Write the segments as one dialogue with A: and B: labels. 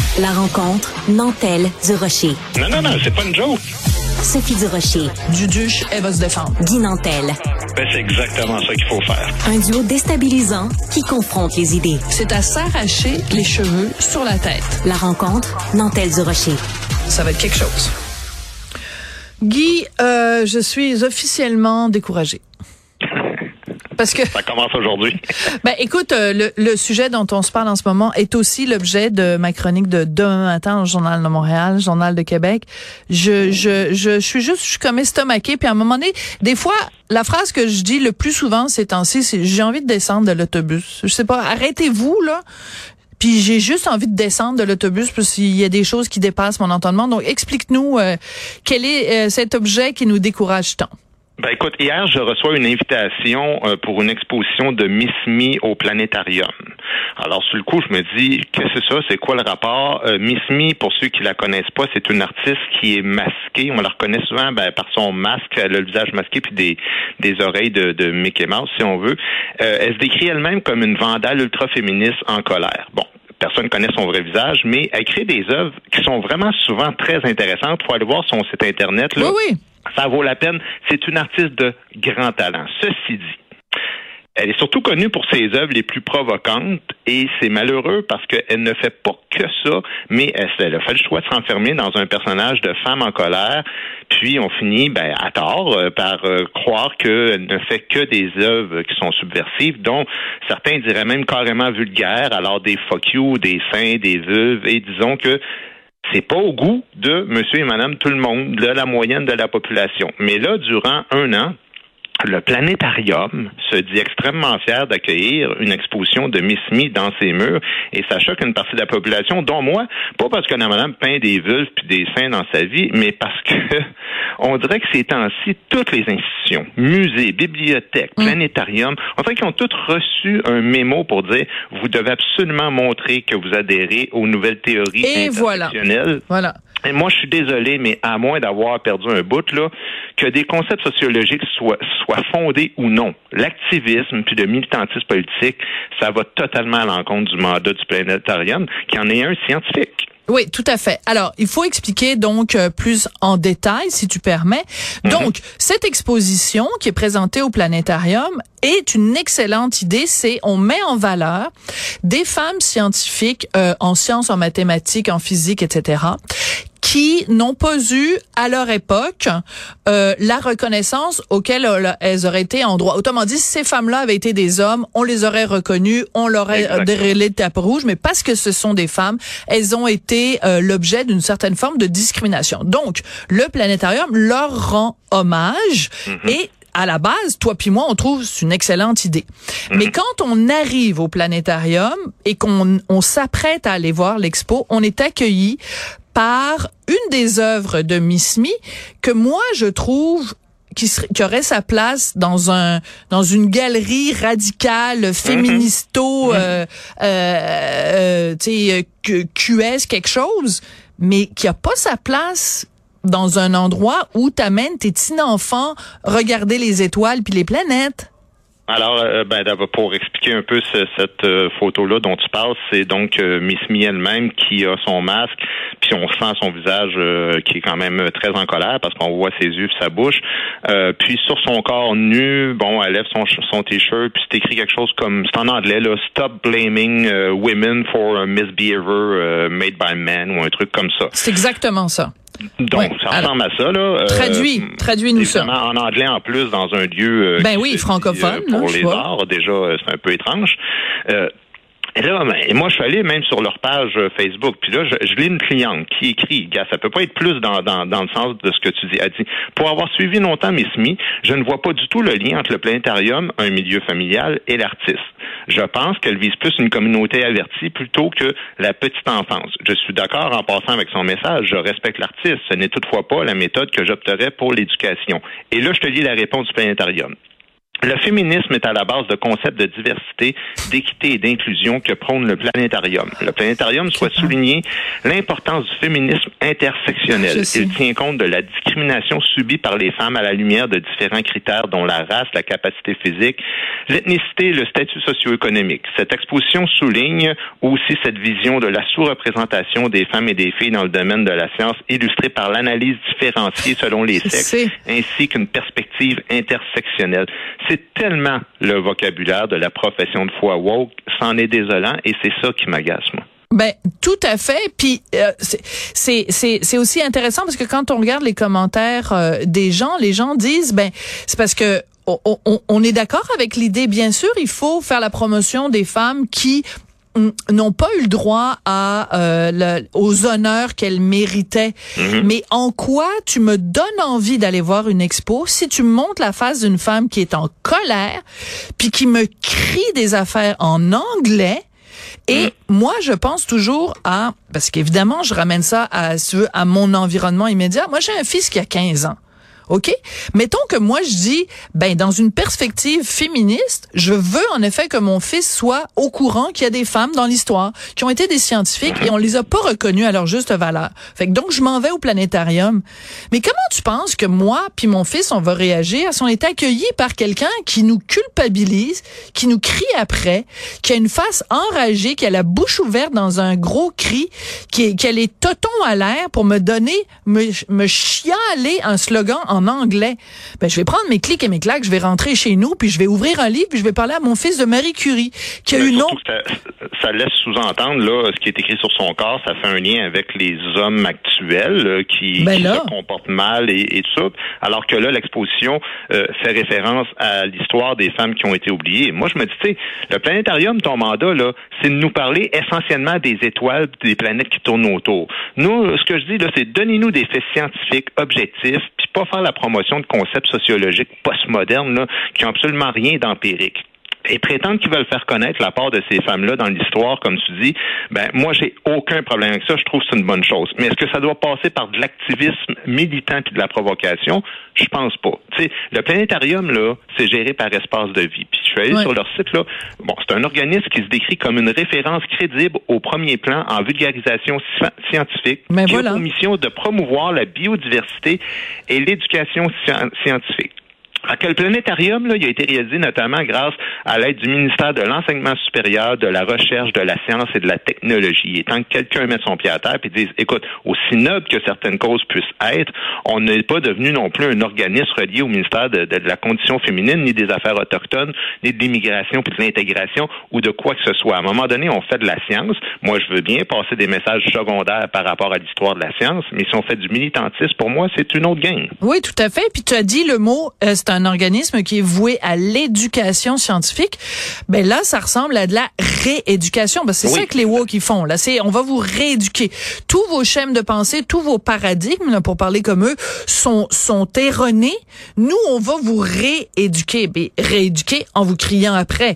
A: La rencontre Nantel-Durocher.
B: Non, c'est pas une joke.
A: Sophie Durocher.
C: Duduche, elle va se défendre.
A: Guy Nantel.
B: Ben, c'est exactement ça qu'il faut faire.
A: Un duo déstabilisant qui confronte les idées.
C: C'est à s'arracher les cheveux sur la tête.
A: La rencontre Nantel-Durocher.
C: Ça va être quelque chose. Guy, je suis officiellement découragée. Parce que
B: ça commence aujourd'hui.
C: Ben écoute, le sujet dont on se parle en ce moment est aussi l'objet de ma chronique de demain matin au Journal de Montréal, Journal de Québec. Je suis comme estomaquée, puis à un moment donné, des fois, la phrase que je dis le plus souvent ces temps-ci, c'est j'ai envie de descendre de l'autobus. Je sais pas, arrêtez-vous là. Puis j'ai juste envie de descendre de l'autobus parce qu'il y a des choses qui dépassent mon entendement. Donc explique-nous quel est cet objet qui nous décourage tant.
B: Ben écoute, hier, je reçois une invitation pour une exposition de Miss Me au Planétarium. Alors, sur le coup, je me dis, qu'est-ce que c'est ça? C'est quoi le rapport? Miss Me, pour ceux qui la connaissent pas, c'est une artiste qui est masquée. On la reconnaît souvent par son masque, elle a le visage masqué puis des oreilles de Mickey Mouse, si on veut. Elle se décrit elle-même comme une vandale ultra-féministe en colère. Bon. Personne ne connaît son vrai visage, mais elle crée des œuvres qui sont vraiment souvent très intéressantes. Il faut aller voir son site Internet. Là.
C: Oui.
B: Ça vaut la peine. C'est une artiste de grand talent. Ceci dit, elle est surtout connue pour ses œuvres les plus provocantes et c'est malheureux parce qu'elle ne fait pas que ça, mais elle a fait le choix de s'enfermer dans un personnage de femme en colère. Puis on finit, à tort, par croire qu'elle ne fait que des œuvres qui sont subversives, dont certains diraient même carrément vulgaires, alors des fuck you, des seins, des vulves, et disons que c'est pas au goût de monsieur et madame tout le monde, de la moyenne de la population. Mais là, durant un an, le Planétarium se dit extrêmement fier d'accueillir une exposition de Miss Me dans ses murs et ça choque une partie de la population, dont moi, pas parce que la madame peint des vulves puis des seins dans sa vie, mais parce que on dirait que ces temps-ci, toutes les institutions, musées, bibliothèques, planétariums, on dirait qu'ils ont toutes reçu un mémo pour dire vous devez absolument montrer que vous adhérez aux nouvelles théories intersectionnelles.
C: Voilà.
B: Et moi, je suis désolé, mais à moins d'avoir perdu un bout, là, que des concepts sociologiques soient fondés ou non. L'activisme puis le militantisme politique, ça va totalement à l'encontre du mandat du Planétarium, qui en est un scientifique.
C: Oui, tout à fait. Alors, il faut expliquer donc plus en détail, si tu permets. Donc, cette exposition qui est présentée au Planétarium est une excellente idée. On met en valeur des femmes scientifiques en sciences, en mathématiques, en physique, etc., qui n'ont pas eu, à leur époque, la reconnaissance auquel elles auraient été en droit. Autrement dit, si ces femmes-là avaient été des hommes, on les aurait reconnues, on leur aurait déroulé le tapis rouge, mais parce que ce sont des femmes, elles ont été l'objet d'une certaine forme de discrimination. Donc, le Planétarium leur rend hommage et à la base, toi puis moi, on trouve c'est une excellente idée. Mais quand on arrive au Planétarium et qu'on s'apprête à aller voir l'expo, on est accueilli par une des œuvres de Miss Me que moi je trouve qui aurait sa place dans une galerie radicale féministo QS quelque chose, mais qui a pas sa place dans un endroit où t'amènes tes petits enfants regarder les étoiles puis les planètes.
B: Alors, pour expliquer un peu cette photo-là dont tu parles, c'est donc Miss Me elle-même qui a son masque, puis on sent son visage qui est quand même très en colère parce qu'on voit ses yeux et sa bouche. Puis sur son corps nu, elle lève son t-shirt, puis c'est écrit quelque chose comme, c'est en anglais, là, Stop blaming women for a misbehavior made by men, ou un truc comme ça.
C: C'est exactement ça.
B: Donc, ça ressemble à ça, là.
C: Traduis-nous ça.
B: En anglais, en plus, dans un lieu
C: francophone,
B: pour
C: là,
B: les arts, déjà, c'est un peu étrange. Et là, moi, je suis allé même sur leur page Facebook, puis là, je lis une cliente qui écrit, gars, ça peut pas être plus dans le sens de ce que tu dis. Elle dit, pour avoir suivi longtemps Miss Me, je ne vois pas du tout le lien entre le Planétarium, un milieu familial, et l'artiste. Je pense qu'elle vise plus une communauté avertie plutôt que la petite enfance. Je suis d'accord en passant avec son message, je respecte l'artiste, ce n'est toutefois pas la méthode que j'opterais pour l'éducation. Et là, je te lis la réponse du Planétarium. Le féminisme est à la base de concepts de diversité, d'équité et d'inclusion que prône le planétarium. Le planétarium souhaite souligner l'importance du féminisme intersectionnel. Il tient compte de la discrimination subie par les femmes à la lumière de différents critères dont la race, la capacité physique, l'ethnicité et le statut socio-économique. Cette exposition souligne aussi cette vision de la sous-représentation des femmes et des filles dans le domaine de la science, illustrée par l'analyse différenciée selon les sexes, ainsi qu'une perspective intersectionnelle. C'est tellement le vocabulaire de la profession de foi woke, c'en est désolant et c'est ça qui m'agace, moi.
C: Ben tout à fait. Puis c'est aussi intéressant parce que quand on regarde les commentaires des gens, les gens disent c'est parce que on est d'accord avec l'idée. Bien sûr, il faut faire la promotion des femmes qui n'ont pas eu le droit aux honneurs qu'elles méritaient. Mais en quoi tu me donnes envie d'aller voir une expo si tu me montres la face d'une femme qui est en colère puis qui me crie des affaires en anglais? Et moi, je pense toujours parce qu'évidemment, je ramène ça à mon environnement immédiat. Moi, j'ai un fils qui a 15 ans. OK? Mettons que moi, je dis, dans une perspective féministe, je veux en effet que mon fils soit au courant qu'il y a des femmes dans l'histoire qui ont été des scientifiques et on les a pas reconnues à leur juste valeur. Fait que donc, je m'en vais au planétarium. Mais comment tu penses que moi puis mon fils, on va réagir si on est accueilli par quelqu'un qui nous culpabilise, qui nous crie après, qui a une face enragée, qui a la bouche ouverte dans un gros cri, qui a les totons à l'air pour me chialer un slogan en anglais? Je vais prendre mes clics et mes claques, je vais rentrer chez nous, puis je vais ouvrir un livre, puis je vais parler à mon fils de Marie Curie, qui a une autre...
B: Ça laisse sous-entendre, là, ce qui est écrit sur son corps, ça fait un lien avec les hommes actuels qui se comportent mal et tout ça, alors que là, l'exposition fait référence à l'histoire des femmes qui ont été oubliées. Moi, je me dis, tu sais, le planétarium, ton mandat, là, c'est de nous parler essentiellement des étoiles, des planètes qui tournent autour. Nous, ce que je dis, là, c'est donnez-nous des faits scientifiques, objectifs, puis pas faire la promotion de concepts sociologiques postmodernes là, qui n'ont absolument rien d'empirique. Et prétendre qu'ils veulent faire connaître la part de ces femmes-là dans l'histoire, comme tu dis, moi, j'ai aucun problème avec ça. Je trouve que c'est une bonne chose. Mais est-ce que ça doit passer par de l'activisme militant puis de la provocation? Je pense pas. Tu sais, le planétarium, là, c'est géré par Espace de Vie. Puis je suis allé sur leur site, là. Bon, c'est un organisme qui se décrit comme une référence crédible au premier plan en vulgarisation scientifique qui a pour mission de promouvoir la biodiversité et l'éducation scientifique. Le planétarium, là, il a été réalisé notamment grâce à l'aide du ministère de l'Enseignement supérieur, de la Recherche, de la Science et de la Technologie. Et tant que quelqu'un met son pied à terre et dise, écoute, aussi noble que certaines causes puissent être, on n'est pas devenu non plus un organisme relié au ministère de la Condition féminine, ni des Affaires autochtones, ni de l'immigration puis de l'intégration ou de quoi que ce soit. À un moment donné, on fait de la science. Moi, je veux bien passer des messages secondaires par rapport à l'histoire de la science, mais si on fait du militantisme, pour moi, c'est une autre game.
C: Oui, tout à fait. Puis tu as dit le mot, c'est un organisme qui est voué à l'éducation scientifique. Là, ça ressemble à de la rééducation. C'est ça que les woke ils font. Là, on va vous rééduquer. Tous vos schèmes de pensée, tous vos paradigmes, là, pour parler comme eux, sont erronés. Nous, on va vous rééduquer. Rééduquer en vous criant après.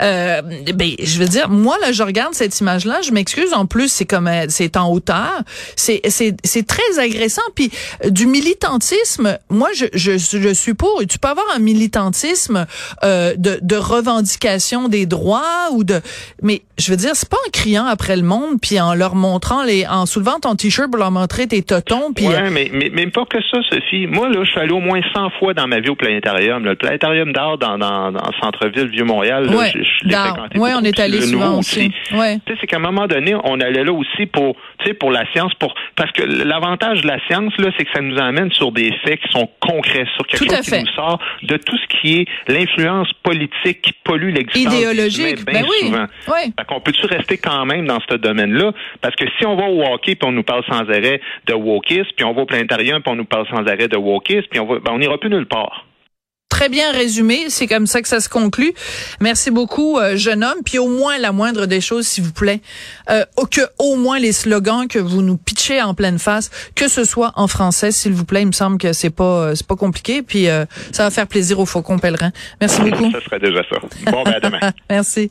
C: Je veux dire, moi, là, je regarde cette image-là, je m'excuse. En plus, c'est en hauteur. C'est très agressant. Puis, du militantisme, moi, je suis pour. Tu peux avoir un militantisme de revendication des droits mais je veux dire, c'est pas en criant après le monde puis en leur montrant en soulevant ton t-shirt pour leur montrer tes totons puis
B: mais pas que ça, Sophie. Moi là, je suis allé au moins 100 fois dans ma vie au planétarium, le planétarium d'art dans le centre-ville Vieux-Montréal, là, je l'ai fréquenté.
C: Ouais, on est allé souvent aussi. Ouais.
B: Tu sais, c'est qu'à un moment donné, on allait là aussi pour la science, parce que l'avantage de la science là, c'est que ça nous amène sur des faits qui sont concrets, sur quelque chose qui nous sort de tout ce qui est l'influence politique qui pollue l'existence
C: idéologique.
B: Bien souvent.
C: Oui.
B: Fait qu'on peut-tu rester quand même dans ce domaine-là? Parce que si on va au hockey puis on nous parle sans arrêt de wokisme, puis on va au planétarium puis on nous parle sans arrêt de wokisme, puis on n'ira plus nulle part.
C: Très bien résumé, c'est comme ça que ça se conclut. Merci beaucoup, jeune homme. Puis au moins, la moindre des choses, s'il vous plaît, que au moins les slogans que vous nous pitchez en pleine face, que ce soit en français, s'il vous plaît. Il me semble que c'est pas compliqué. Puis ça va faire plaisir aux Faucons pèlerins. Merci beaucoup.
B: Ça serait déjà ça. Bon, à demain.
C: Merci.